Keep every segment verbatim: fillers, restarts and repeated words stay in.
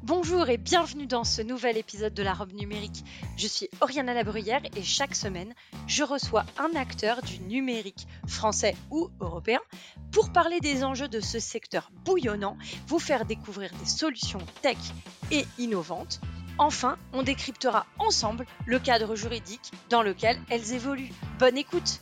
Bonjour et bienvenue dans ce nouvel épisode de la robe numérique. Je suis Oriana Labruyère et chaque semaine, je reçois un acteur du numérique, français ou européen, pour parler des enjeux de ce secteur bouillonnant, vous faire découvrir des solutions tech et innovantes. Enfin, on décryptera ensemble le cadre juridique dans lequel elles évoluent. Bonne écoute!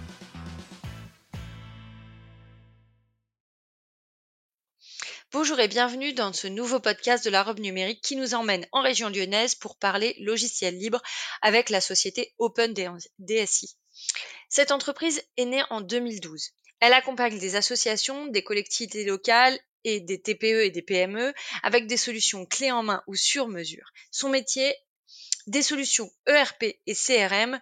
Bonjour et bienvenue dans ce nouveau podcast de la robe numérique qui nous emmène en région lyonnaise pour parler logiciel libre avec la société OpenDSI. Cette entreprise est née en deux mille douze. Elle accompagne des associations, des collectivités locales et des T P E et des P M E avec des solutions clés en main ou sur mesure. Son métier, des solutions E R P et C R M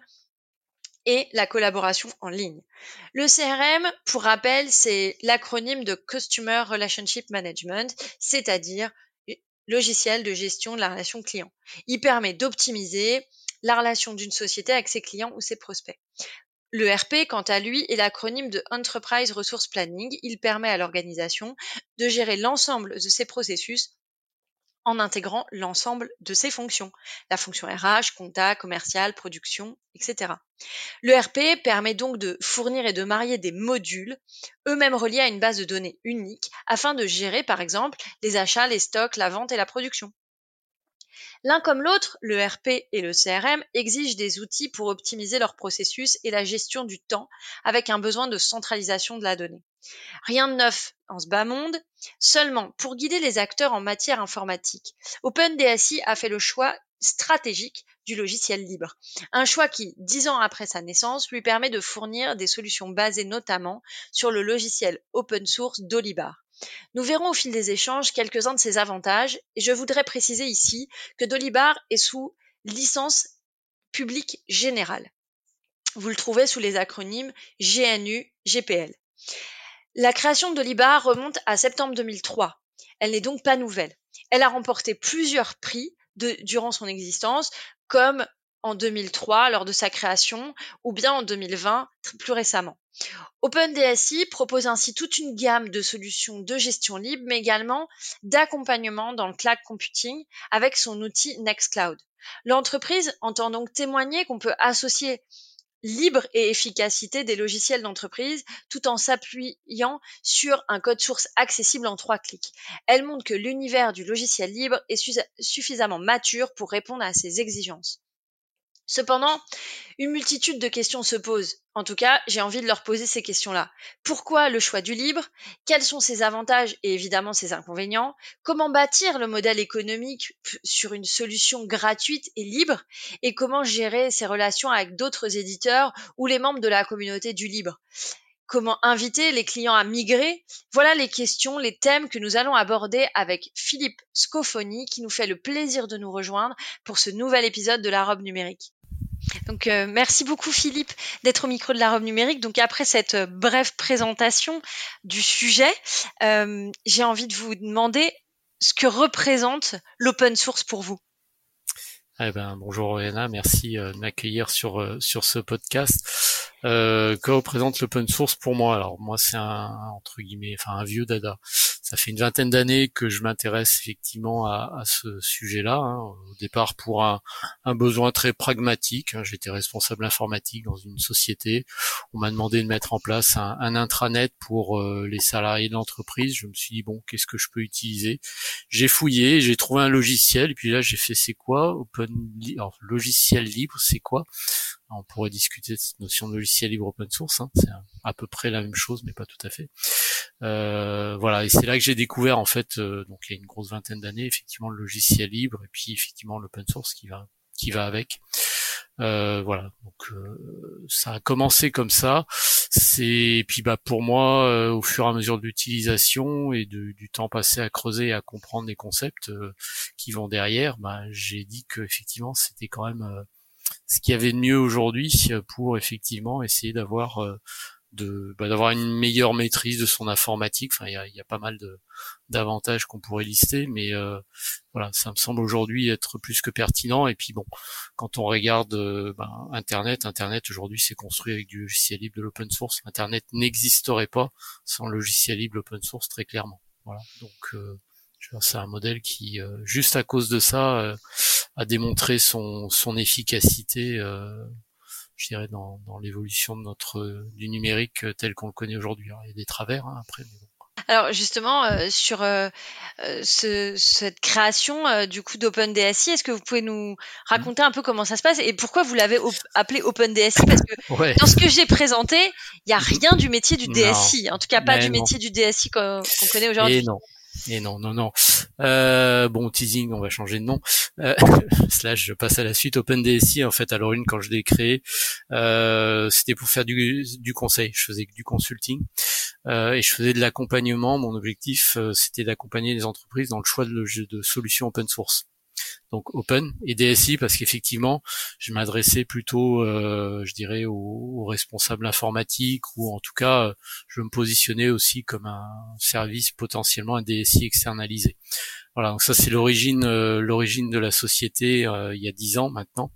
et la collaboration en ligne. Le C R M, pour rappel, c'est l'acronyme de Customer Relationship Management, c'est-à-dire logiciel de gestion de la relation client. Il permet d'optimiser la relation d'une société avec ses clients ou ses prospects. Le R P, quant à lui, est l'acronyme de Enterprise Resource Planning. Il permet à l'organisation de gérer l'ensemble de ses processus en intégrant l'ensemble de ses fonctions, la fonction R H, compta, commercial, production, et cetera. Le R P permet donc de fournir et de marier des modules, eux-mêmes reliés à une base de données unique, afin de gérer, par exemple, les achats, les stocks, la vente et la production. L'un comme l'autre, le R P et le C R M, exigent des outils pour optimiser leur processus et la gestion du temps, avec un besoin de centralisation de la donnée. Rien de neuf en ce bas monde, seulement pour guider les acteurs en matière informatique, OpenDSI a fait le choix stratégique du logiciel libre. Un choix qui, dix ans après sa naissance, lui permet de fournir des solutions basées notamment sur le logiciel open source Dolibar. Nous verrons au fil des échanges quelques-uns de ses avantages et je voudrais préciser ici que Dolibar est sous licence publique générale. Vous le trouvez sous les acronymes G N U G P L. La création de Dolibar remonte à septembre deux mille trois. Elle n'est donc pas nouvelle. Elle a remporté plusieurs prix de, durant son existence, comme en deux mille trois lors de sa création, ou bien en deux mille vingt plus récemment. OpenDSI propose ainsi toute une gamme de solutions de gestion libre, mais également d'accompagnement dans le cloud computing avec son outil Nextcloud. L'entreprise entend donc témoigner qu'on peut associer libre et efficacité des logiciels d'entreprise tout en s'appuyant sur un code source accessible en trois clics. Elle montre que l'univers du logiciel libre est su- suffisamment mature pour répondre à ces exigences. Cependant, une multitude de questions se posent. En tout cas, j'ai envie de leur poser ces questions-là. Pourquoi le choix du libre? Quels sont ses avantages et évidemment ses inconvénients? Comment bâtir le modèle économique sur une solution gratuite et libre? Et comment gérer ses relations avec d'autres éditeurs ou les membres de la communauté du libre? Comment inviter les clients à migrer? Voilà les questions, les thèmes que nous allons aborder avec Philippe Scofoni qui nous fait le plaisir de nous rejoindre pour ce nouvel épisode de la robe numérique. Donc euh, merci beaucoup Philippe d'être au micro de la robe numérique. Donc après cette euh, brève présentation du sujet, euh, j'ai envie de vous demander ce que représente l'open source pour vous. Eh ben, bonjour Oriana, merci euh, de m'accueillir sur euh, sur ce podcast. Euh, que représente l'open source pour moi? Alors moi c'est un entre guillemets, enfin un vieux dada. Ça fait une vingtaine d'années que je m'intéresse effectivement à, à ce sujet-là. Hein. Au départ pour un, un besoin très pragmatique. Hein. J'étais responsable informatique dans une société. On m'a demandé de mettre en place un, un intranet pour euh, les salariés de l'entreprise. Je me suis dit bon, qu'est-ce que je peux utiliser? J'ai fouillé, j'ai trouvé un logiciel et puis là j'ai fait c'est quoi open alors, logiciel libre, c'est quoi? On pourrait discuter de cette notion de logiciel libre open source, hein. C'est à peu près la même chose, mais pas tout à fait. Euh, voilà, et c'est là que j'ai découvert en fait, euh, donc il y a une grosse vingtaine d'années, effectivement le logiciel libre et puis effectivement l'open source qui va qui va avec. Euh, voilà, donc euh, ça a commencé comme ça. C'est et puis bah pour moi, euh, au fur et à mesure de l'utilisation et de, du temps passé à creuser et à comprendre les concepts euh, qui vont derrière, bah j'ai dit que effectivement c'était quand même euh, ce qu'il y avait de mieux aujourd'hui pour effectivement essayer d'avoir euh, de bah, d'avoir une meilleure maîtrise de son informatique. Enfin, il y a, il y a pas mal de d'avantages qu'on pourrait lister, mais euh, voilà, ça me semble aujourd'hui être plus que pertinent. Et puis bon, quand on regarde euh, ben, Internet, Internet aujourd'hui c'est construit avec du logiciel libre, de l'open source. Internet n'existerait pas sans le logiciel libre, l'open source, très clairement. Voilà, donc euh, C'est un modèle qui, euh, juste à cause de ça, euh, a démontré son, son efficacité, euh, je dirais, dans, dans l'évolution de notre du numérique tel qu'on le connaît aujourd'hui. Alors, il y a des travers hein, après. Mais bon. Alors justement, euh, sur euh, euh, ce, cette création euh, du coup d'OpenDSI, est-ce que vous pouvez nous raconter un peu comment ça se passe et pourquoi vous l'avez op- appelé OpenDSI? Parce que Ouais. dans ce que j'ai présenté, il n'y a rien du métier du Non. D S I, en tout cas pas Mais du non. métier du D S I qu'on qu'on connaît Et aujourd'hui. non. Et non, non, non. Euh, bon, teasing, on va changer de nom. Euh, slash, je passe à la suite. OpenDSI, en fait, à l'origine, quand je l'ai créé, euh, c'était pour faire du, du conseil. Je faisais du consulting euh, et je faisais de l'accompagnement. Mon objectif, euh, c'était d'accompagner les entreprises dans le choix de, de solutions open source. Donc Open et D S I parce qu'effectivement, je m'adressais plutôt, euh, je dirais, aux, aux responsables informatiques ou en tout cas, euh, je me positionnais aussi comme un service potentiellement un D S I externalisé. Voilà, donc ça c'est l'origine, euh, l'origine de la société euh, il y a dix ans maintenant.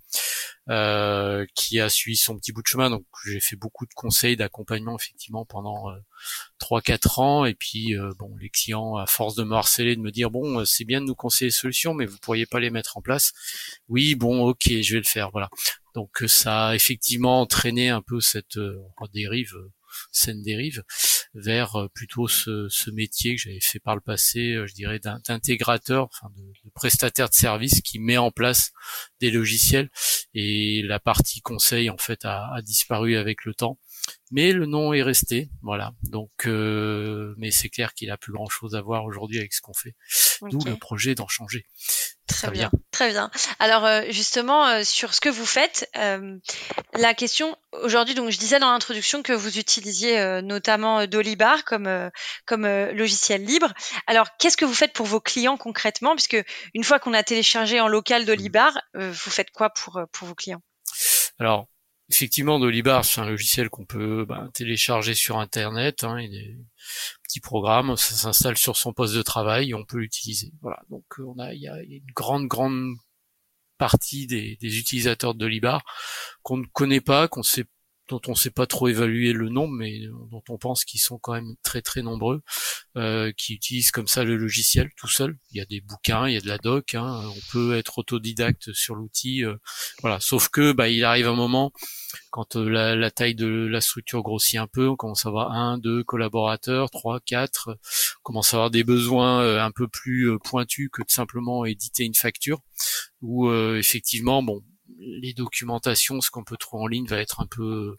Euh, qui a suivi son petit bout de chemin. Donc j'ai fait beaucoup de conseils, d'accompagnement effectivement pendant euh, trois quatre ans. Et puis euh, bon, les clients, à force de me harceler, de me dire bon, euh, c'est bien de nous conseiller des solutions, mais vous pourriez pas les mettre en place. Oui, bon, ok, je vais le faire. Voilà. Donc euh, ça a effectivement entraîné un peu cette euh, dérive. Euh, saine dérive vers euh, plutôt ce, ce métier que j'avais fait par le passé, euh, je dirais d'intégrateur, enfin de, de prestataire de services qui met en place des logiciels, et la partie conseil en fait a, a disparu avec le temps, mais le nom est resté, voilà. Donc euh, mais c'est clair qu'il a plus grand chose à voir aujourd'hui avec ce qu'on fait, d'où Ok. le projet d'en changer. Très Ça bien, vient. très bien. Alors euh, justement, euh, sur ce que vous faites, euh, la question aujourd'hui, donc je disais dans l'introduction que vous utilisiez euh, notamment euh, Dolibar comme, euh, comme euh, logiciel libre. Alors qu'est-ce que vous faites pour vos clients concrètement? Puisque une fois qu'on a téléchargé en local Dolibar, euh, vous faites quoi pour, euh, pour vos clients? Alors, effectivement, Dolibar, c'est un logiciel qu'on peut ben, télécharger sur Internet. Hein, il est petit programme, ça s'installe sur son poste de travail et on peut l'utiliser. Voilà. Donc, on a, il y a une grande, grande partie des, des utilisateurs de Dolibar qu'on ne connaît pas, qu'on sait, dont on ne sait pas trop évaluer le nombre, mais dont on pense qu'ils sont quand même très très nombreux, euh, qui utilisent comme ça le logiciel tout seul. Il y a des bouquins, il y a de la doc, hein, on peut être autodidacte sur l'outil, euh, voilà. Sauf que bah il arrive un moment quand euh, la, la taille de la structure grossit un peu, on commence à avoir un, deux collaborateurs, trois, quatre, on commence à avoir des besoins euh, un peu plus euh, pointus que de simplement éditer une facture, où euh, effectivement, bon, les documentations, ce qu'on peut trouver en ligne va être un peu,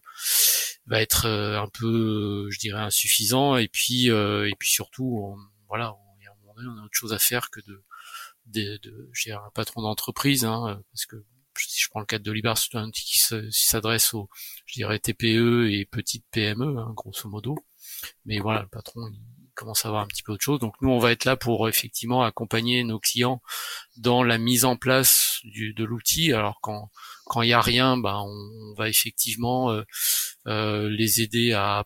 va être euh, un peu, euh, je dirais, insuffisant, et puis euh, et puis surtout, on, voilà, on, à un moment donné, on a autre chose à faire que de, de, de je dirais, un patron d'entreprise, hein, parce que si je prends le cadre de Libar, c'est un outil qui s'adresse aux, je dirais, T P E et petites P M E, hein, grosso modo. Mais voilà, le patron, il commence à avoir un petit peu autre chose. Donc nous, on va être là pour effectivement accompagner nos clients dans la mise en place du, de l'outil. Alors quand quand il y a rien, ben on, on va effectivement euh, euh, les aider à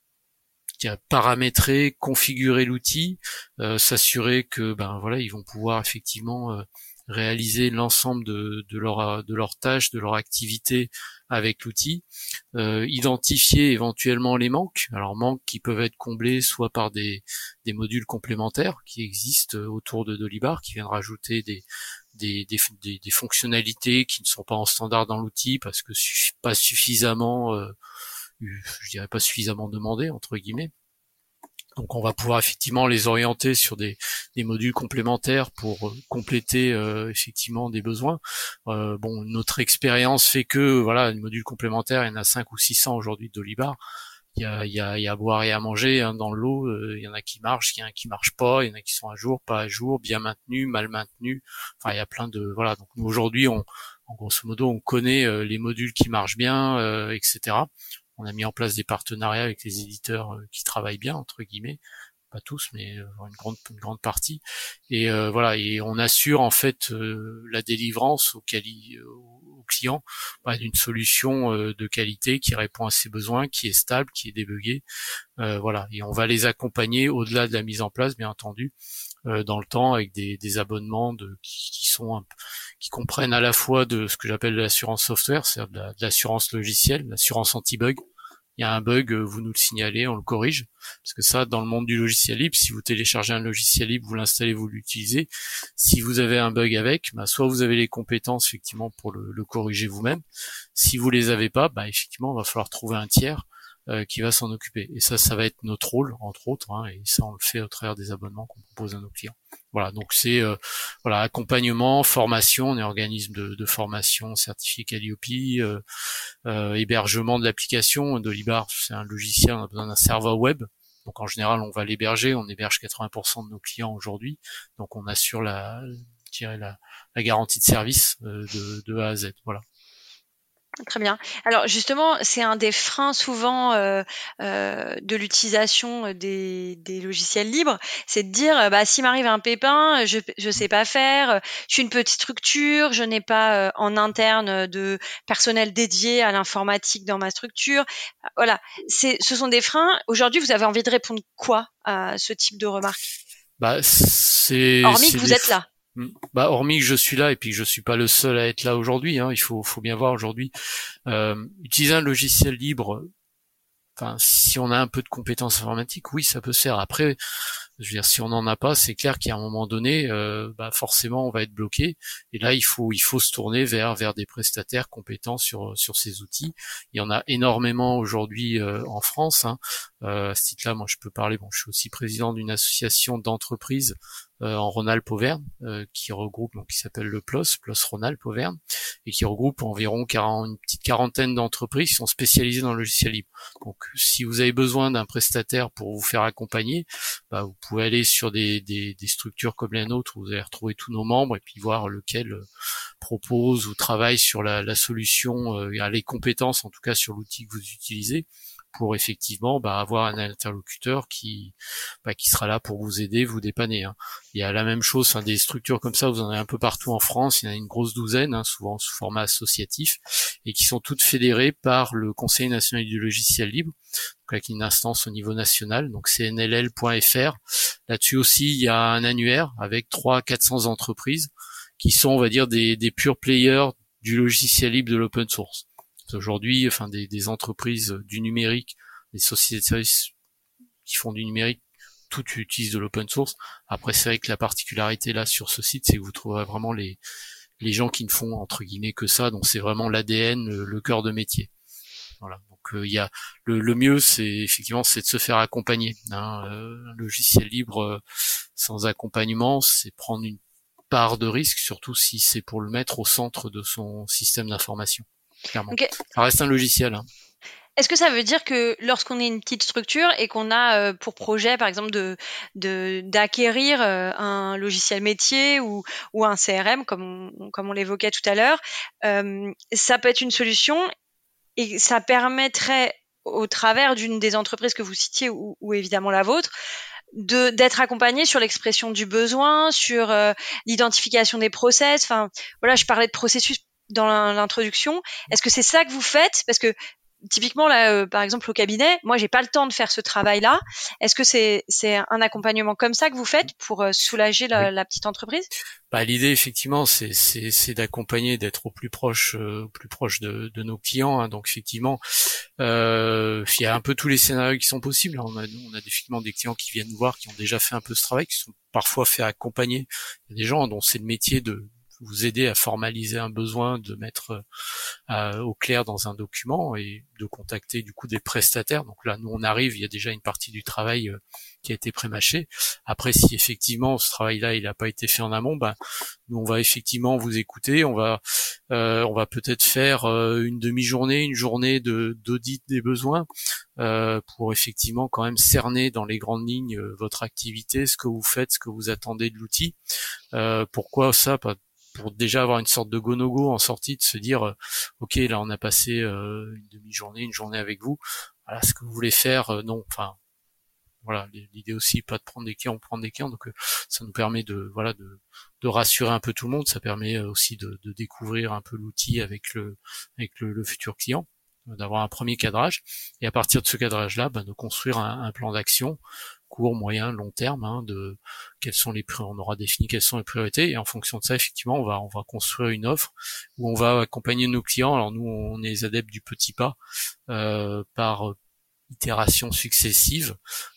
à paramétrer, configurer l'outil, euh, s'assurer que ben voilà, ils vont pouvoir effectivement euh, réaliser l'ensemble de, de leur de leurs tâches, de leur activité avec l'outil, euh, identifier éventuellement les manques, alors manques qui peuvent être comblés soit par des, des modules complémentaires qui existent autour de Dolibar, qui viennent rajouter des des, des, des, des fonctionnalités qui ne sont pas en standard dans l'outil parce que su- pas suffisamment euh, je dirais pas suffisamment demandé entre guillemets. Donc on va pouvoir effectivement les orienter sur des, des modules complémentaires pour euh, compléter euh, effectivement des besoins. Euh, bon, notre expérience fait que voilà, les modules complémentaires, il y en a cinq ou six cents aujourd'hui de Dolibar. Il y a, il y a, il y a à boire et à manger hein, dans l'eau. Euh, il y en a qui marchent, il y en a qui marchent pas, il y en a qui sont à jour, pas à jour, bien maintenus, mal maintenus. Enfin, il y a plein de voilà. Donc nous aujourd'hui, on, en grosso modo, on connaît euh, les modules qui marchent bien, euh, et cetera. On a mis en place des partenariats avec les éditeurs euh, qui travaillent bien entre guillemets, pas tous, mais euh, une grande une grande partie. Et euh, voilà, et on assure en fait euh, la délivrance au, quali au client bah, d'une solution euh, de qualité qui répond à ses besoins, qui est stable, qui est débuggée. Euh, voilà, et on va les accompagner au-delà de la mise en place, bien entendu, euh, dans le temps avec des, des abonnements de, qui, qui sont un, qui comprennent à la fois de ce que j'appelle l'assurance software, c'est-à-dire de l'assurance logicielle, l'assurance anti-bug. il y a un bug, vous nous le signalez, on le corrige. Parce que ça, dans le monde du logiciel libre, si vous téléchargez un logiciel libre, vous l'installez, vous l'utilisez, si vous avez un bug avec, bah, soit vous avez les compétences effectivement pour le, le corriger vous-même. Si vous les avez pas, bah, effectivement, il va falloir trouver un tiers euh, qui va s'en occuper. Et ça, ça va être notre rôle, entre autres, hein, et ça, on le fait au travers des abonnements qu'on propose à nos clients. Voilà, donc c'est euh, voilà, accompagnement, formation, on est organisme de, de formation certifié Calliope, euh, euh, hébergement de l'application. Dolibar, c'est un logiciel, on a besoin d'un serveur web. Donc en général, on va l'héberger, on héberge quatre-vingts pour cent de nos clients aujourd'hui. Donc on assure la, je dirais la, la garantie de service euh, de, de A à Z. Voilà. Très bien. Alors justement, c'est un des freins souvent euh, euh, de l'utilisation des, des logiciels libres, c'est de dire euh, bah s'il m'arrive un pépin, je je sais pas faire, euh, je suis une petite structure, je n'ai pas euh, en interne de personnel dédié à l'informatique dans ma structure. Voilà, c'est ce sont des freins. Aujourd'hui, vous avez envie de répondre quoi à ce type de remarques? Bah c'est Hormis que c'est vous des êtes là. Bah, hormis que je suis là et puis que je suis pas le seul à être là aujourd'hui, hein, il faut, faut bien voir aujourd'hui. Euh, utiliser un logiciel libre, enfin, si on a un peu de compétences informatiques, oui, ça peut se faire. Après, je veux dire, si on n'en a pas, c'est clair qu'à un moment donné, euh, bah forcément, on va être bloqué. Et là, il faut, il faut se tourner vers, vers des prestataires compétents sur, sur ces outils. Il y en a énormément aujourd'hui euh, en France. Hein. Euh, à ce titre-là, moi, je peux parler. Bon, je suis aussi président d'une association d'entreprises euh, en Rhône-Alpes-Auvergne euh, qui regroupe, donc qui s'appelle le P L O S, P L O S Rhône-Alpes-Auvergne, et qui regroupe environ quarante, une petite quarantaine d'entreprises qui sont spécialisées dans le logiciel libre. Donc, si vous avez besoin d'un prestataire pour vous faire accompagner, bah, vous pouvez aller sur des, des, des structures comme la nôtre où vous allez retrouver tous nos membres et puis voir lequel euh, propose ou travaille sur la, la solution, euh, a les compétences en tout cas sur l'outil que vous utilisez pour effectivement bah, avoir un interlocuteur qui bah, qui sera là pour vous aider, vous dépanner. Hein. Il y a la même chose, hein, des structures comme ça, vous en avez un peu partout en France, il y en a une grosse douzaine, hein, souvent sous format associatif, et qui sont toutes fédérées par le Conseil national du logiciel libre, donc avec une instance au niveau national, donc c n l l point f r. Là-dessus aussi, il y a un annuaire avec trois à quatre cents entreprises qui sont, on va dire, des, des pure players du logiciel libre de l'open source. Aujourd'hui, enfin, des, des entreprises du numérique, des sociétés de services qui font du numérique, tout utilise de l'open source. Après, c'est vrai que la particularité là sur ce site, c'est que vous trouverez vraiment les les gens qui ne font entre guillemets que ça. Donc c'est vraiment l'A D N, le, le cœur de métier. Voilà. Donc il euh, y a le, le mieux, c'est effectivement c'est de se faire accompagner. Hein. Euh, un logiciel libre euh, sans accompagnement, c'est prendre une part de risque, surtout si c'est pour le mettre au centre de son système d'information. Clairement. Okay. Ça reste un logiciel. Hein. Est-ce que ça veut dire que lorsqu'on est une petite structure et qu'on a euh, pour projet, par exemple, de, de d'acquérir euh, un logiciel métier ou, ou un C R M, comme on, comme on l'évoquait tout à l'heure, euh, ça peut être une solution et ça permettrait, au travers d'une des entreprises que vous citiez ou, ou évidemment la vôtre, de d'être accompagné sur l'expression du besoin, sur euh, l'identification des process. Enfin, voilà, je parlais de processus dans l'introduction. Est-ce que c'est ça que vous faites? Parce que typiquement là, euh, par exemple au cabinet, moi j'ai pas le temps de faire ce travail-là. Est-ce que c'est c'est un accompagnement comme ça que vous faites pour euh, soulager la, oui. la petite entreprise? Bah, l'idée effectivement, c'est c'est, c'est d'accompagner, d'être au plus proche, euh, plus proche de, de nos clients. Hein. Donc effectivement, euh, il y a un peu tous les scénarios qui sont possibles. On a, on a effectivement des clients qui viennent nous voir, qui ont déjà fait un peu ce travail, qui sont parfois fait accompagner. Il y a des gens dont c'est le métier de vous aider à formaliser un besoin, de mettre euh, au clair dans un document et de contacter du coup des prestataires. Donc là, nous on arrive, il y a déjà une partie du travail euh, qui a été prémâché. Après, si effectivement ce travail-là il n'a pas été fait en amont, ben nous on va effectivement vous écouter, on va euh, on va peut-être faire euh, une demi-journée, une journée de d'audit des besoins euh, pour effectivement quand même cerner dans les grandes lignes euh, votre activité, ce que vous faites, ce que vous attendez de l'outil. Euh, pourquoi ça? Pour déjà avoir une sorte de go-no-go en sortie, de se dire euh, ok, là on a passé euh, une demi-journée, une journée avec vous, voilà ce que vous voulez faire, euh, non, enfin voilà, l'idée aussi pas de prendre des clients, prendre des clients, donc euh, ça nous permet de voilà de, de rassurer un peu tout le monde, ça permet aussi de, de découvrir un peu l'outil avec le avec le, le futur client, d'avoir un premier cadrage, et à partir de ce cadrage-là, ben, de construire un, un plan d'action court, moyen, long terme, hein, de quelles sont les prix, on aura défini quelles sont les priorités, et en fonction de ça, effectivement, on va on va construire une offre où on va accompagner nos clients. Alors nous, on est les adeptes du petit pas, euh, par itérations successives,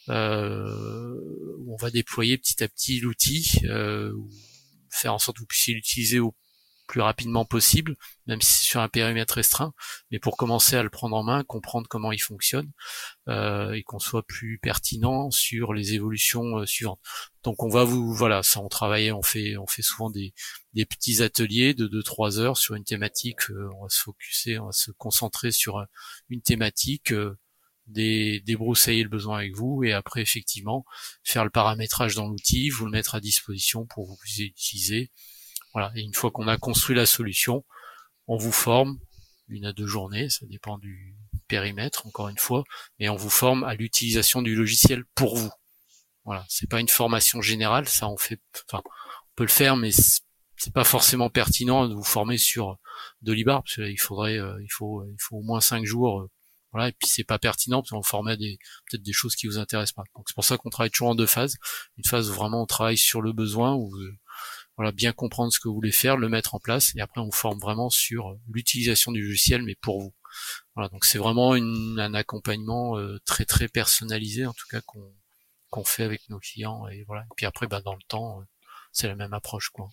euh, où on va déployer petit à petit l'outil, euh, faire en sorte que vous puissiez l'utiliser au plus rapidement possible, même si c'est sur un périmètre restreint, mais pour commencer à le prendre en main, comprendre comment il fonctionne, euh, et qu'on soit plus pertinent sur les évolutions euh, suivantes. Donc on va vous, voilà, ça on travaille, on fait, on fait souvent des, des petits ateliers de deux trois heures sur une thématique. Euh, on va se focuser, on va se concentrer sur euh, une thématique, euh, des, débroussailler le besoin avec vous, et après effectivement faire le paramétrage dans l'outil, vous le mettre à disposition pour vous utiliser. Voilà. Et une fois qu'on a construit la solution, on vous forme une à deux journées, ça dépend du périmètre, encore une fois, et on vous forme à l'utilisation du logiciel pour vous. Voilà, c'est pas une formation générale, ça on fait, enfin, on peut le faire, mais c'est pas forcément pertinent de vous former sur Dolibar, parce qu'il faudrait, euh, il faut, il faut au moins cinq jours, euh, voilà, et puis c'est pas pertinent parce qu'on forme à des, peut-être des choses qui vous intéressent pas. Donc c'est pour ça qu'on travaille toujours en deux phases. Une phase où vraiment on travaille sur le besoin, où voilà, bien comprendre ce que vous voulez faire, le mettre en place, et après on vous forme vraiment sur l'utilisation du logiciel, mais pour vous. Voilà, donc c'est vraiment une, un accompagnement euh, très très personnalisé, en tout cas qu'on qu'on fait avec nos clients, et voilà. Et puis après, bah, dans le temps, euh, c'est la même approche, quoi.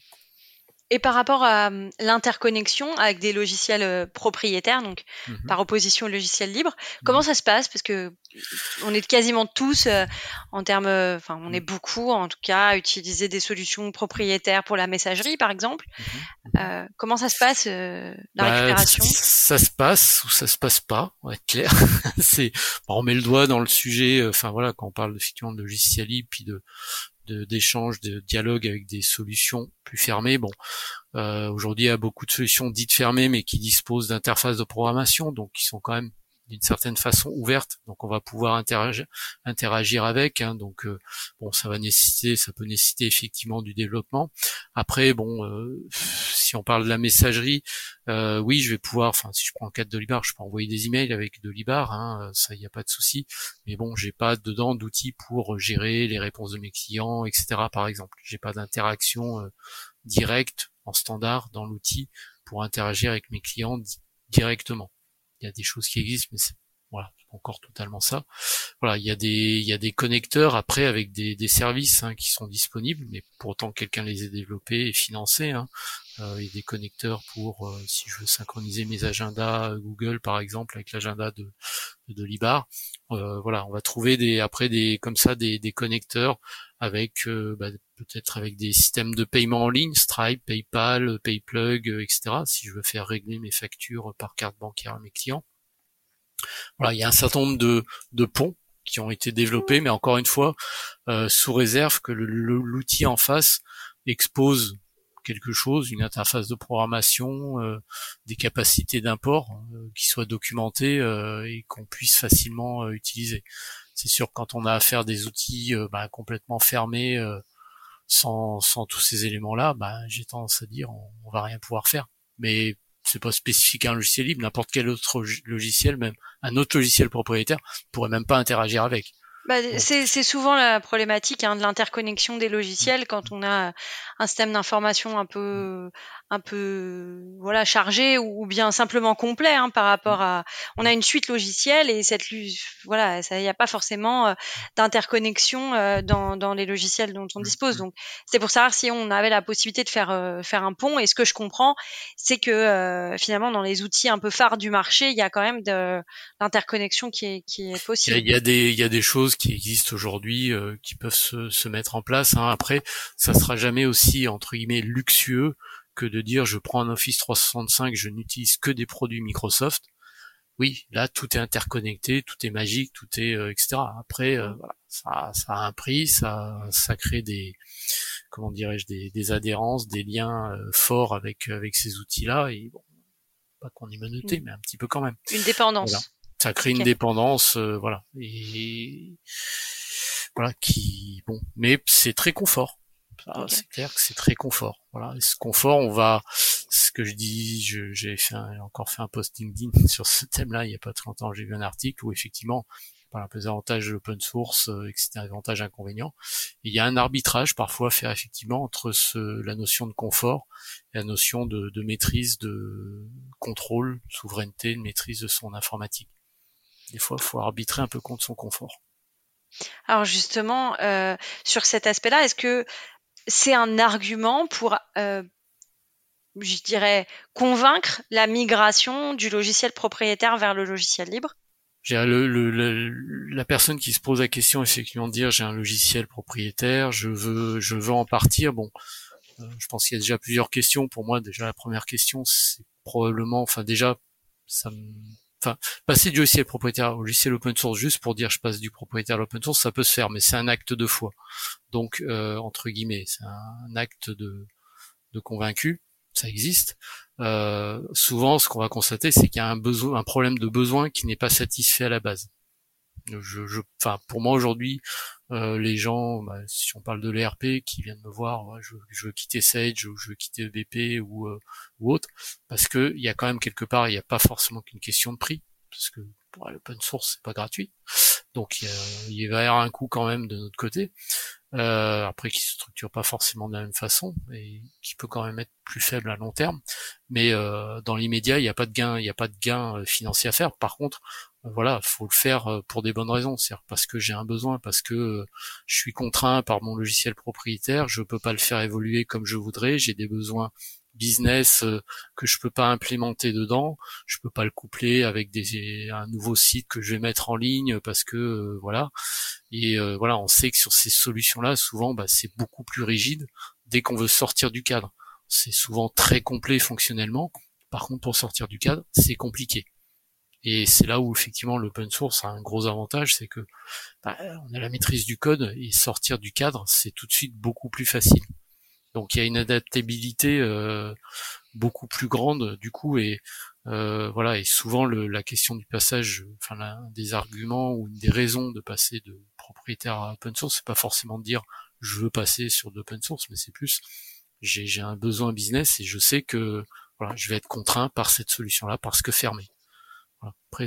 Et par rapport à euh, l'interconnexion avec des logiciels euh, propriétaires, donc Mm-hmm. par opposition aux logiciels libres, comment ça se passe? Parce que on est quasiment tous euh, en termes, enfin, euh, on est beaucoup en tout cas à utiliser des solutions propriétaires pour la messagerie, par exemple. Mm-hmm. Euh, comment ça se passe euh, la bah, récupération? Ça se passe ou ça se passe pas, on va être clair. C'est, on met le doigt dans le sujet. Enfin voilà, quand on parle effectivement de logiciel libre, puis de d'échange, de, de dialogue avec des solutions plus fermées. Bon, euh, aujourd'hui, il y a beaucoup de solutions dites fermées, mais qui disposent d'interfaces de programmation, donc qui sont quand même d'une certaine façon ouvertes. Donc, on va pouvoir interagir, interagir avec. Hein, donc, euh, bon, ça va nécessiter, ça peut nécessiter effectivement du développement. Après, bon, euh, si on parle de la messagerie, euh, oui, je vais pouvoir. Enfin, si je prends le cas de Dolibar, je peux envoyer des emails avec Dolibar. Hein, ça, il n'y a pas de souci. Mais bon, j'ai pas dedans d'outils pour gérer les réponses de mes clients, et cetera. Par exemple, j'ai pas d'interaction euh, directe en standard dans l'outil pour interagir avec mes clients di- directement. Il y a des choses qui existent, mais c'est voilà, c'est pas encore totalement ça. Voilà, il y a des il y a des connecteurs après avec des, des services hein, qui sont disponibles, mais pour autant que quelqu'un les ait développés et financés. Hein. Euh, il y a des connecteurs pour euh, si je veux synchroniser mes agendas Google par exemple avec l'agenda de de Dolibar. Euh, voilà, on va trouver des après des comme ça des, des connecteurs avec euh, bah, peut-être avec des systèmes de paiement en ligne, Stripe, PayPal, PayPlug, euh, et cetera. Si je veux faire régler mes factures par carte bancaire à mes clients. Voilà, il y a un certain nombre de, de ponts qui ont été développés, mais encore une fois, euh, sous réserve que le, le, l'outil en face expose quelque chose, une interface de programmation, euh, des capacités d'import euh, qui soient documentées euh, et qu'on puisse facilement euh, utiliser. C'est sûr que quand on a affaire à des outils euh, bah, complètement fermés, euh, sans, sans tous ces éléments-là, bah, j'ai tendance à dire on, on va rien pouvoir faire. Mais c'est pas spécifique à un logiciel libre, n'importe quel autre logiciel, même un autre logiciel propriétaire, pourrait même pas interagir avec. Bah, c'est, c'est souvent la problématique hein, de l'interconnexion des logiciels quand on a un système d'information un peu, un peu, voilà, chargé ou, ou bien simplement complet hein, par rapport à. On a une suite logicielle et cette, voilà, ça, il n'y a pas forcément euh, d'interconnexion euh, dans, dans les logiciels dont on dispose. Donc, c'est pour savoir si on avait la possibilité de faire euh, faire un pont. Et ce que je comprends, c'est que euh, finalement, dans les outils un peu phares du marché, il y a quand même de l'interconnexion qui est qui est possible. Il y a, il y a des il y a des choses qui existent aujourd'hui euh, qui peuvent se, se mettre en place. Hein. Après, ça sera jamais aussi entre guillemets luxueux que de dire je prends un Office trois cent soixante-cinq, je n'utilise que des produits Microsoft. Oui, là tout est interconnecté, tout est magique, tout est euh, et cetera. Après, euh, voilà, ça, ça a un prix, ça ça crée des comment dirais-je des, des adhérences, des liens euh, forts avec avec ces outils-là. Et bon, pas qu'on est menotté, mais un petit peu quand même. Une dépendance. Voilà. Ça crée okay. une dépendance, euh, voilà. Et voilà, qui bon, mais c'est très confort. Ça, okay. C'est clair que c'est très confort. Voilà, et ce confort, on va, ce que je dis, je, j'ai fait un, encore fait un post LinkedIn sur ce thème-là il y a pas très longtemps. J'ai vu un article où effectivement, par un peu des avantages de l'open source, euh, et que c'était un avantage inconvénient. Et il y a un arbitrage parfois à faire effectivement entre ce, la notion de confort et la notion de, de maîtrise, de contrôle, souveraineté, de maîtrise de son informatique. des fois, il faut arbitrer un peu contre son confort. Alors justement, euh, sur cet aspect-là, est-ce que c'est un argument pour, euh, je dirais, convaincre la migration du logiciel propriétaire vers le logiciel libre? J'ai le, le, le, la personne qui se pose la question effectivement de dire j'ai un logiciel propriétaire, je veux je veux en partir. Bon, euh, je pense qu'il y a déjà plusieurs questions. Pour moi, déjà la première question, c'est probablement, enfin déjà, ça me, enfin passer du logiciel propriétaire au logiciel open source juste pour dire je passe du propriétaire à l'open source, ça peut se faire, mais c'est un acte de foi. Donc euh, entre guillemets, c'est un acte de de convaincu. Ça existe. Euh, souvent, ce qu'on va constater, c'est qu'il y a un besoin, un problème de besoin qui n'est pas satisfait à la base. Je, je, enfin, pour moi aujourd'hui, euh, les gens, bah, si on parle de l'E R P, qui viennent me voir, ouais, je, je veux quitter Sage ou je veux quitter E B P ou, euh, ou autre, parce que il y a quand même quelque part, il n'y a pas forcément qu'une question de prix, parce que ouais, l'open source c'est pas gratuit, donc il, y a, il va y avoir un coût quand même de notre côté. Euh, après qui se structure pas forcément de la même façon et qui peut quand même être plus faible à long terme, mais euh, dans l'immédiat il n'y a pas de gain, il n'y a pas de gain euh, financier à faire. Par contre, euh, voilà, faut le faire euh, pour des bonnes raisons, c'est-à-dire parce que j'ai un besoin, parce que euh, je suis contraint par mon logiciel propriétaire, je peux pas le faire évoluer comme je voudrais, j'ai des besoins business euh, que je peux pas implémenter dedans, je peux pas le coupler avec des un nouveau site que je vais mettre en ligne parce que euh, voilà. Et euh, voilà, on sait que sur ces solutions-là, souvent, bah, c'est beaucoup plus rigide dès qu'on veut sortir du cadre. C'est souvent très complet fonctionnellement. Par contre, pour sortir du cadre, c'est compliqué. Et c'est là où effectivement l'open source a un gros avantage, c'est que bah, on a la maîtrise du code et sortir du cadre, c'est tout de suite beaucoup plus facile. Donc il y a une adaptabilité euh, beaucoup plus grande du coup et euh, voilà et souvent le, la question du passage, enfin la, des arguments ou des raisons de passer de propriétaire à open source, c'est pas forcément de dire je veux passer sur de l'open source, mais c'est plus j'ai, j'ai un besoin business et je sais que voilà je vais être contraint par cette solution-là parce que fermée. Voilà. Après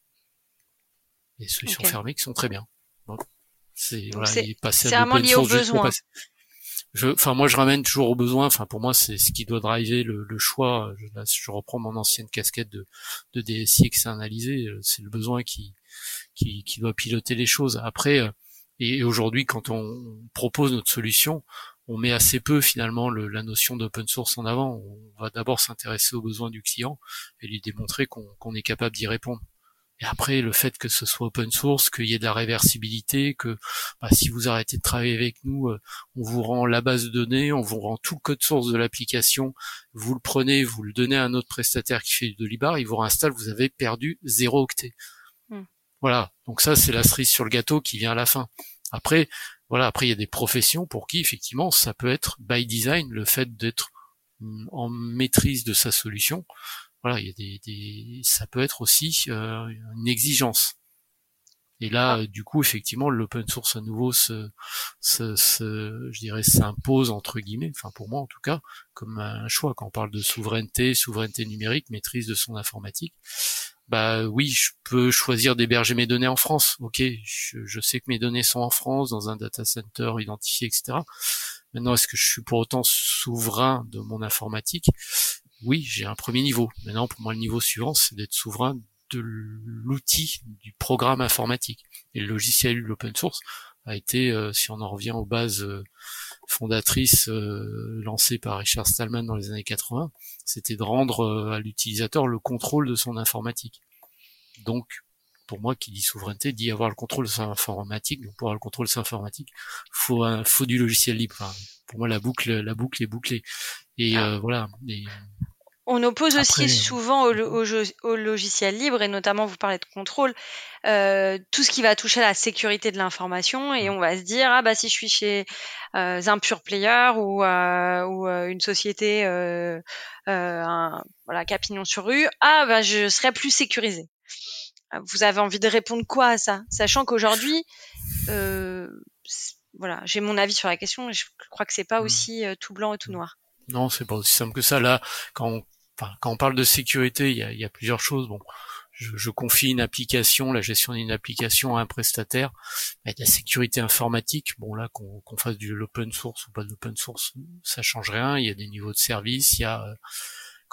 les solutions Ok. fermées qui sont très bien. Donc c'est Donc voilà c'est et passer à c'est de vraiment l'open lié au source juste pour besoin. passer. Je, enfin moi je ramène toujours au besoin. Enfin pour moi c'est ce qui doit driver le, le choix. Je, là, je reprends mon ancienne casquette de, de D S I externalisé. C'est le besoin qui, qui qui doit piloter les choses. Après euh, et, et aujourd'hui quand on propose notre solution, on met assez peu finalement le, la notion d'open source en avant. On va d'abord s'intéresser aux besoins du client et lui démontrer qu'on qu'on est capable d'y répondre. Et après, le fait que ce soit open source, qu'il y ait de la réversibilité, que bah, si vous arrêtez de travailler avec nous, euh, on vous rend la base de données, on vous rend tout le code source de l'application, vous le prenez, vous le donnez à un autre prestataire qui fait du Dolibar, il vous réinstalle, vous avez perdu zéro octet. Hmm. Voilà, donc ça c'est la cerise sur le gâteau qui vient à la fin. Après, voilà, après il y a des professions pour qui effectivement ça peut être by design le fait d'être hum, en maîtrise de sa solution. Voilà, il y a des, des ça peut être aussi euh, une exigence. Et là, Ah, euh, du coup, effectivement, l'open source à nouveau se, se, se, je dirais, s'impose entre guillemets, enfin pour moi en tout cas, comme un choix. Quand on parle de souveraineté, souveraineté numérique, maîtrise de son informatique, bah oui, je peux choisir d'héberger mes données en France. Ok, je, je sais que mes données sont en France, dans un data center identifié, et cetera. Maintenant, est-ce que je suis pour autant souverain de mon informatique? Oui, j'ai un premier niveau. Maintenant, pour moi, le niveau suivant, c'est d'être souverain de l'outil du programme informatique. Et le logiciel, l'open source, a été, euh, si on en revient aux bases euh, fondatrices euh, lancées par Richard Stallman dans les années quatre-vingts, c'était de rendre euh, à l'utilisateur le contrôle de son informatique. Donc, pour moi, qui dit souveraineté, dit avoir le contrôle de son informatique. Donc, pour avoir le contrôle de son informatique, faut un, faut du logiciel libre. Enfin, pour moi, la boucle, la boucle est bouclée. Et ah. euh, voilà. Et On oppose aussi après, euh, souvent au, au, au logiciel libre, et notamment vous parlez de contrôle, euh, tout ce qui va toucher à la sécurité de l'information, et on va se dire ah bah si je suis chez euh, un pure player ou, euh, ou euh, une société euh, euh, un, voilà Capignon sur rue, ah bah je serai plus sécurisé. Vous avez envie de répondre quoi à ça, sachant qu'aujourd'hui euh, voilà, j'ai mon avis sur la question, et je crois que c'est pas aussi euh, tout blanc et tout noir. non, c'est pas aussi simple que ça. Là, quand on, enfin, quand on parle de sécurité, il y a, il y a plusieurs choses. Bon, je, je confie une application, la gestion d'une application à un prestataire. Il y a de la sécurité informatique. Bon, là, qu'on qu'on fasse du l'open source ou pas de l'open source, ça change rien. Il y a des niveaux de service. Il y a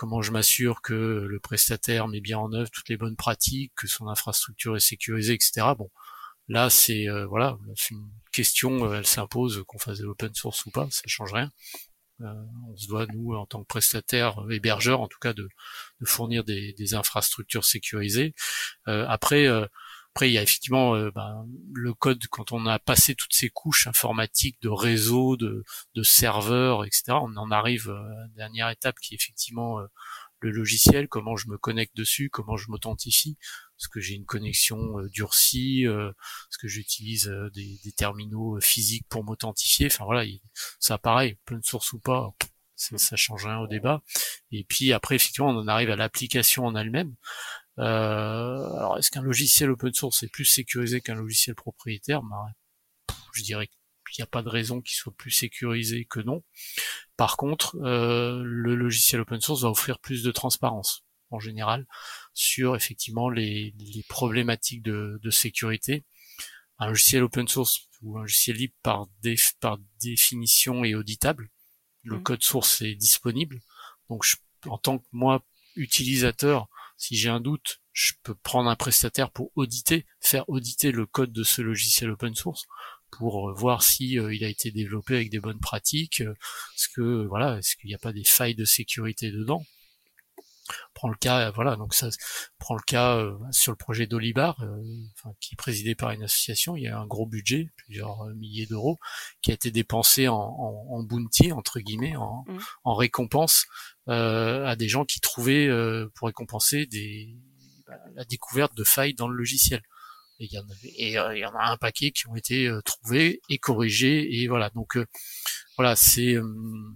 comment je m'assure que le prestataire met bien en œuvre toutes les bonnes pratiques, que son infrastructure est sécurisée, et cetera. Bon, là c'est euh, voilà, c'est une question, euh, elle s'impose qu'on fasse de l'open source ou pas, ça change rien. Euh, on se doit, nous, en tant que prestataire, euh, hébergeur en tout cas, de, de fournir des, des infrastructures sécurisées. Euh, après, euh, après il y a effectivement euh, ben, le code, quand on a passé toutes ces couches informatiques de réseau, de, de serveurs, et cetera, on en arrive à la dernière étape qui est effectivement euh, le logiciel, comment je me connecte dessus, comment je m'authentifie, est-ce que j'ai une connexion euh, durcie, euh, est-ce que j'utilise euh, des, des terminaux physiques pour m'authentifier, enfin voilà, il, ça pareil, open source ou pas, ça, ça change rien au débat. Et puis après, effectivement, on en arrive à l'application en elle-même. Euh, alors, est-ce qu'un logiciel open source est plus sécurisé qu'un logiciel propriétaire? Ben, je dirais qu'il n'y a pas de raison qu'il soit plus sécurisé que non. Par contre, euh, le logiciel open source va offrir plus de transparence, en général, sur effectivement les, les problématiques de, de sécurité. Un logiciel open source ou un logiciel libre par, déf, par définition est auditable. Le mmh. code source est disponible. Donc, je, en tant que moi, utilisateur, si j'ai un doute, je peux prendre un prestataire pour auditer, faire auditer le code de ce logiciel open source pour voir si euh, il a été développé avec des bonnes pratiques, euh, est-ce que voilà, est-ce qu'il n'y a pas des failles de sécurité dedans. Prends le cas, euh, voilà, donc ça prend le cas euh, sur le projet d'Olibar, euh, enfin, qui est présidé par une association. Il y a un gros budget, plusieurs milliers d'euros, qui a été dépensé en, en, en bounty entre guillemets, en, mmh. en récompense euh, à des gens qui trouvaient euh, pour récompenser des bah, la découverte de failles dans le logiciel. Et il y en avait, et euh, il y en a un paquet qui ont été euh, trouvés et corrigés, et voilà. Donc euh, voilà, c'est euh,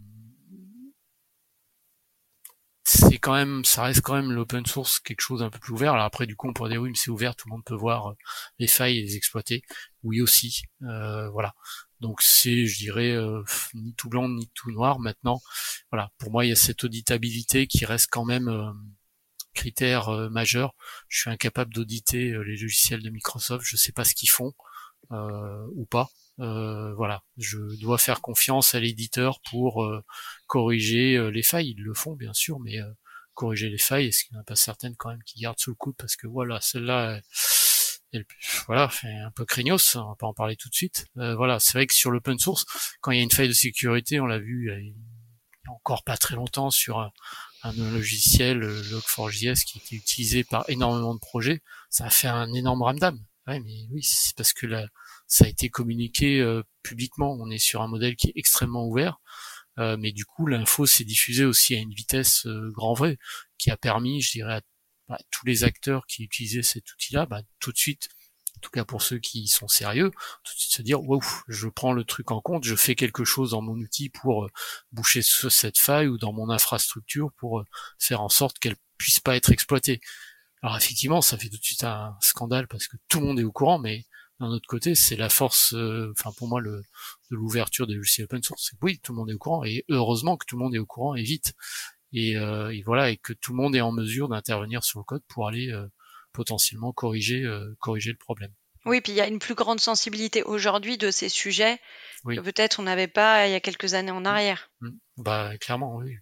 c'est quand même, ça reste quand même l'open source quelque chose d'un peu plus ouvert. Alors après, du coup, on pourrait dire oui, mais c'est ouvert, tout le monde peut voir euh, les failles et les exploiter. Oui aussi, euh, voilà. Donc c'est, je dirais, euh, ni tout blanc ni tout noir. Maintenant, voilà, pour moi, il y a cette auditabilité qui reste quand même euh, critère euh, majeur. Je suis incapable d'auditer euh, les logiciels de Microsoft, je sais pas ce qu'ils font euh, ou pas. Euh, voilà, je dois faire confiance à l'éditeur pour euh, corriger euh, les failles. Ils le font bien sûr, mais euh, corriger les failles, est-ce qu'il n'y en a pas certaines quand même qui gardent sous le coude parce que voilà, celle-là, elle, voilà, fait un peu craignos, on va pas en parler tout de suite. Euh, voilà, c'est vrai que sur l'open source, quand il y a une faille de sécurité, on l'a vu il y a encore pas très longtemps sur un, un logiciel log four j s qui était utilisé par énormément de projets, ça a fait un énorme ramdam. Ouais, mais oui, c'est parce que là, ça a été communiqué euh, publiquement. On est sur un modèle qui est extrêmement ouvert, euh, mais du coup, l'info s'est diffusée aussi à une vitesse euh, grand vrai, qui a permis, je dirais, à, à tous les acteurs qui utilisaient cet outil-là, bah, tout de suite, en tout cas pour ceux qui sont sérieux, tout de suite se dire, waouh, je prends le truc en compte, je fais quelque chose dans mon outil pour euh, boucher ce, cette faille ou dans mon infrastructure pour euh, faire en sorte qu'elle puisse pas être exploitée. Alors effectivement, ça fait tout de suite un scandale parce que tout le monde est au courant, mais d'un autre côté, c'est la force, euh, enfin pour moi, le, de l'ouverture des logiciels open source. C'est que oui, tout le monde est au courant, et heureusement que tout le monde est au courant et vite. Et, euh, et voilà, et que tout le monde est en mesure d'intervenir sur le code pour aller euh, potentiellement corriger, euh, corriger le problème. Oui, puis il y a une plus grande sensibilité aujourd'hui de ces sujets oui. que peut-être on n'avait pas il y a quelques années en arrière. Mmh. Bah clairement, oui.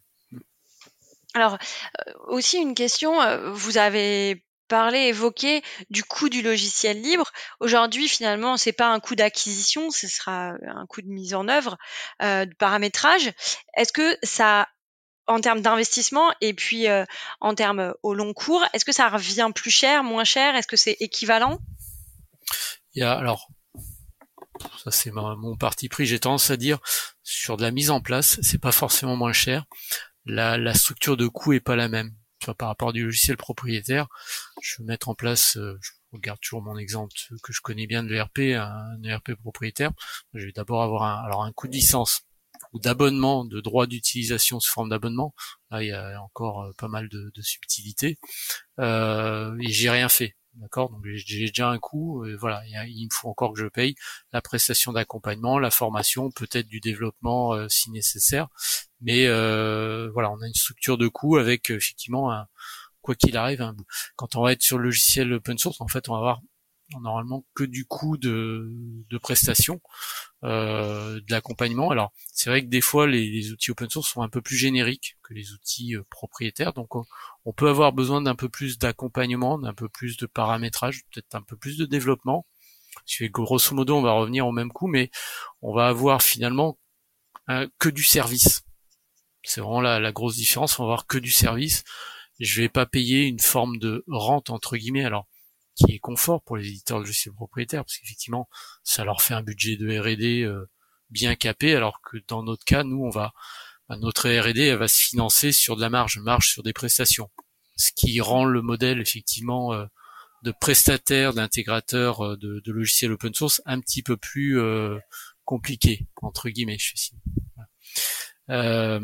Alors, euh, aussi une question, euh, vous avez parlé, évoqué du coût du logiciel libre. Aujourd'hui, finalement, c'est pas un coût d'acquisition, ce sera un coût de mise en œuvre, euh, de paramétrage. Est-ce que ça, en termes d'investissement et puis euh, en termes au long cours, est-ce que ça revient plus cher, moins cher? Est-ce que c'est équivalent? Il y a, alors, ça c'est ma, mon parti pris, j'ai tendance à dire, sur de la mise en place, c'est pas forcément moins cher. La, la structure de coût est pas la même. Tu vois, par rapport à du logiciel propriétaire, je vais mettre en place, euh, je regarde toujours mon exemple que je connais bien de l'E R P, un E R P propriétaire. Je vais d'abord avoir un, alors un coût de licence ou d'abonnement, de droit d'utilisation sous forme d'abonnement. Là, il y a encore pas mal de, de subtilités. Euh, et j'ai rien fait. D'accord, donc j'ai déjà un coût, et voilà, il me faut encore que je paye la prestation d'accompagnement, la formation, peut-être du développement euh, si nécessaire, mais euh, voilà, on a une structure de coût avec effectivement un, quoi qu'il arrive, un, quand on va être sur le logiciel open source, en fait, on va avoir normalement que du coût de, de prestation, euh, de l'accompagnement. Alors c'est vrai que des fois les, les outils open source sont un peu plus génériques que les outils euh, propriétaires, donc on, on peut avoir besoin d'un peu plus d'accompagnement, d'un peu plus de paramétrage, peut-être un peu plus de développement. Parce que grosso modo on va revenir au même coût, mais on va avoir finalement euh, que du service. C'est vraiment la, la grosse différence, on va avoir que du service. Je vais pas payer une forme de rente entre guillemets, alors qui est confort pour les éditeurs de logiciels propriétaires, parce qu'effectivement ça leur fait un budget de R et D euh, bien capé, alors que dans notre cas, nous on va bah, notre R et D elle va se financer sur de la marge, marge sur des prestations, ce qui rend le modèle effectivement euh, de prestataire, d'intégrateur euh, de, de logiciels open source un petit peu plus euh, compliqué entre guillemets, je fais signe. Voilà. Euh,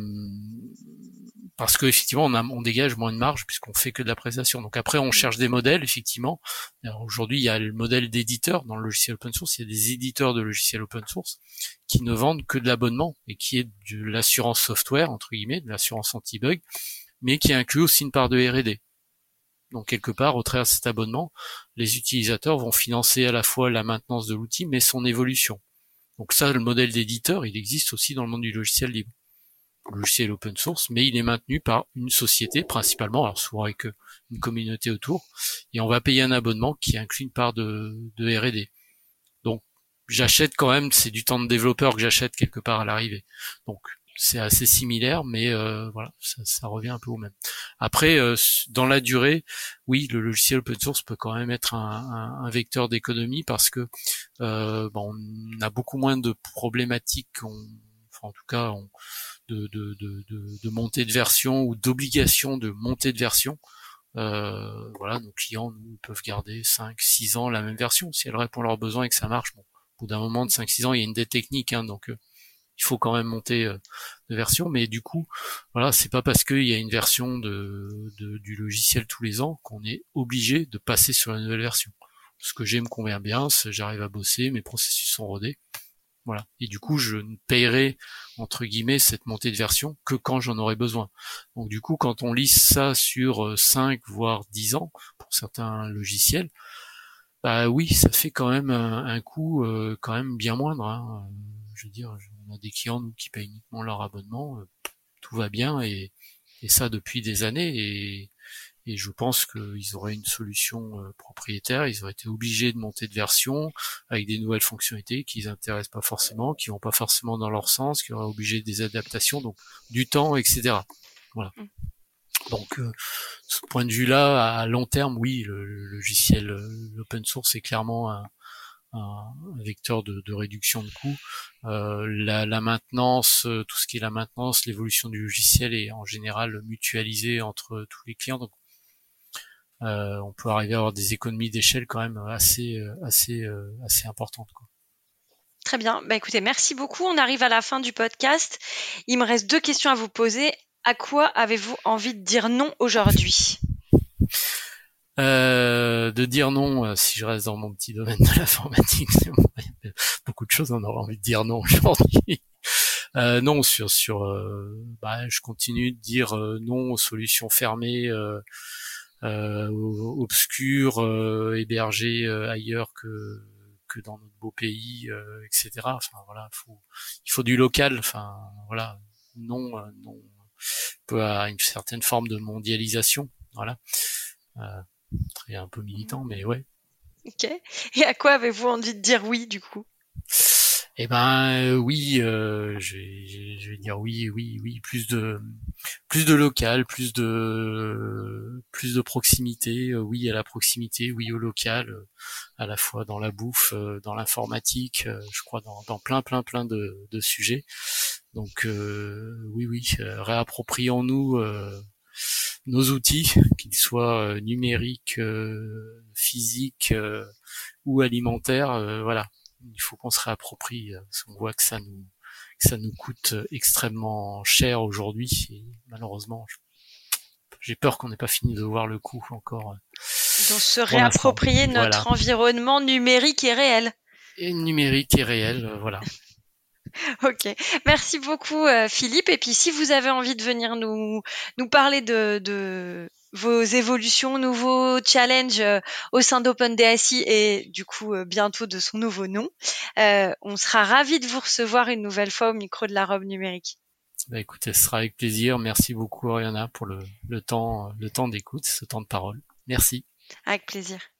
parce que effectivement on, a, on dégage moins de marge puisqu'on fait que de la prestation. Donc après on cherche des modèles effectivement. Alors aujourd'hui il y a le modèle d'éditeur dans le logiciel open source, il y a des éditeurs de logiciels open source qui ne vendent que de l'abonnement et qui est de l'assurance software entre guillemets, de l'assurance anti-bug, mais qui inclut aussi une part de R et D. Donc quelque part au travers de cet abonnement, les utilisateurs vont financer à la fois la maintenance de l'outil mais son évolution. Donc ça le modèle d'éditeur il existe aussi dans le monde du logiciel libre. Logiciel open source, mais il est maintenu par une société principalement, alors souvent avec une communauté autour, et on va payer un abonnement qui inclut une part de, de R et D. Donc j'achète quand même, c'est du temps de développeur que j'achète quelque part à l'arrivée. Donc c'est assez similaire, mais euh, voilà, ça, ça revient un peu au même. Après, euh, dans la durée, oui, le logiciel open source peut quand même être un, un, un vecteur d'économie parce que euh, bon, on a beaucoup moins de problématiques, on, enfin en tout cas, on, De, de, de, de, de montée de version ou d'obligation de montée de version. Euh, voilà, nos clients nous peuvent garder cinq six ans la même version si elle répond à leurs besoins et que ça marche. Bon, au bout d'un moment de cinq six ans, il y a une dette technique, hein, donc euh, il faut quand même monter euh, de version. Mais du coup, voilà, c'est pas parce qu'il y a une version de, de du logiciel tous les ans qu'on est obligé de passer sur la nouvelle version. Ce que j'ai me convient bien, j'arrive à bosser, mes processus sont rodés. Voilà. Et du coup, je ne paierai, entre guillemets, cette montée de version que quand j'en aurai besoin. Donc du coup, quand on lisse ça sur cinq, voire dix ans, pour certains logiciels, bah oui, ça fait quand même un, un coût euh, quand même bien moindre. Hein. Je veux dire, on a des clients nous, qui payent uniquement leur abonnement, euh, tout va bien, et, et ça depuis des années, et Et je pense qu'ils auraient une solution euh, propriétaire, ils auraient été obligés de monter de version avec des nouvelles fonctionnalités qui les intéressent pas forcément, qui vont pas forcément dans leur sens, qui auraient obligé des adaptations, donc du temps, et cetera. Voilà. Donc, euh, ce point de vue-là, à long terme, oui, le, le logiciel, l'open source est clairement un, un vecteur de, de réduction de coûts. Euh, la, la maintenance, tout ce qui est la maintenance, l'évolution du logiciel est en général mutualisée entre tous les clients. Donc, Euh, on peut arriver à avoir des économies d'échelle quand même assez assez euh, assez importantes, quoi. Très bien. Bah écoutez, merci beaucoup. On arrive à la fin du podcast. Il me reste deux questions à vous poser. À quoi avez-vous envie de dire non aujourd'hui ? Euh, de dire non, si je reste dans mon petit domaine de l'informatique, beaucoup de choses on aurait envie de dire non aujourd'hui. Euh, non, sur sur, euh, bah, je continue de dire euh, non aux solutions fermées, euh, euh, obscures, euh, hébergées euh, ailleurs que que dans notre beau pays, euh, et cetera. Enfin voilà, faut, il faut du local. Enfin voilà, non, euh, non, peu à une certaine forme de mondialisation. Voilà, euh, très un peu militant, mais ouais. Ok. Et à quoi avez-vous envie de dire oui du coup ? Eh ben euh, oui, euh, je, vais, je vais dire oui, oui, oui, plus de plus de local, plus de plus de proximité, euh, oui à la proximité, oui au local, euh, à la fois dans la bouffe, euh, dans l'informatique, euh, je crois dans, dans plein plein plein de, de sujets. Donc euh, oui oui, euh, réapproprions-nous euh, nos outils, qu'ils soient euh, numériques, euh, physiques euh, ou alimentaires, euh, voilà. Il faut qu'on se réapproprie. On voit que ça nous que ça nous coûte extrêmement cher aujourd'hui. Et malheureusement, j'ai peur qu'on n'ait pas fini de voir le coût encore. Donc se réapproprier notre voilà. environnement numérique et réel. Et numérique et réel, voilà. Ok, merci beaucoup euh, Philippe. Et puis si vous avez envie de venir nous nous parler de, de vos évolutions, nouveaux challenges euh, au sein d'OpenDSI et du coup euh, bientôt de son nouveau nom. Euh, on sera ravis de vous recevoir une nouvelle fois au micro de la robe numérique. Bah écoutez, ce sera avec plaisir. Merci beaucoup Oriana pour le, le temps, le temps d'écoute, ce temps de parole. Merci. Avec plaisir.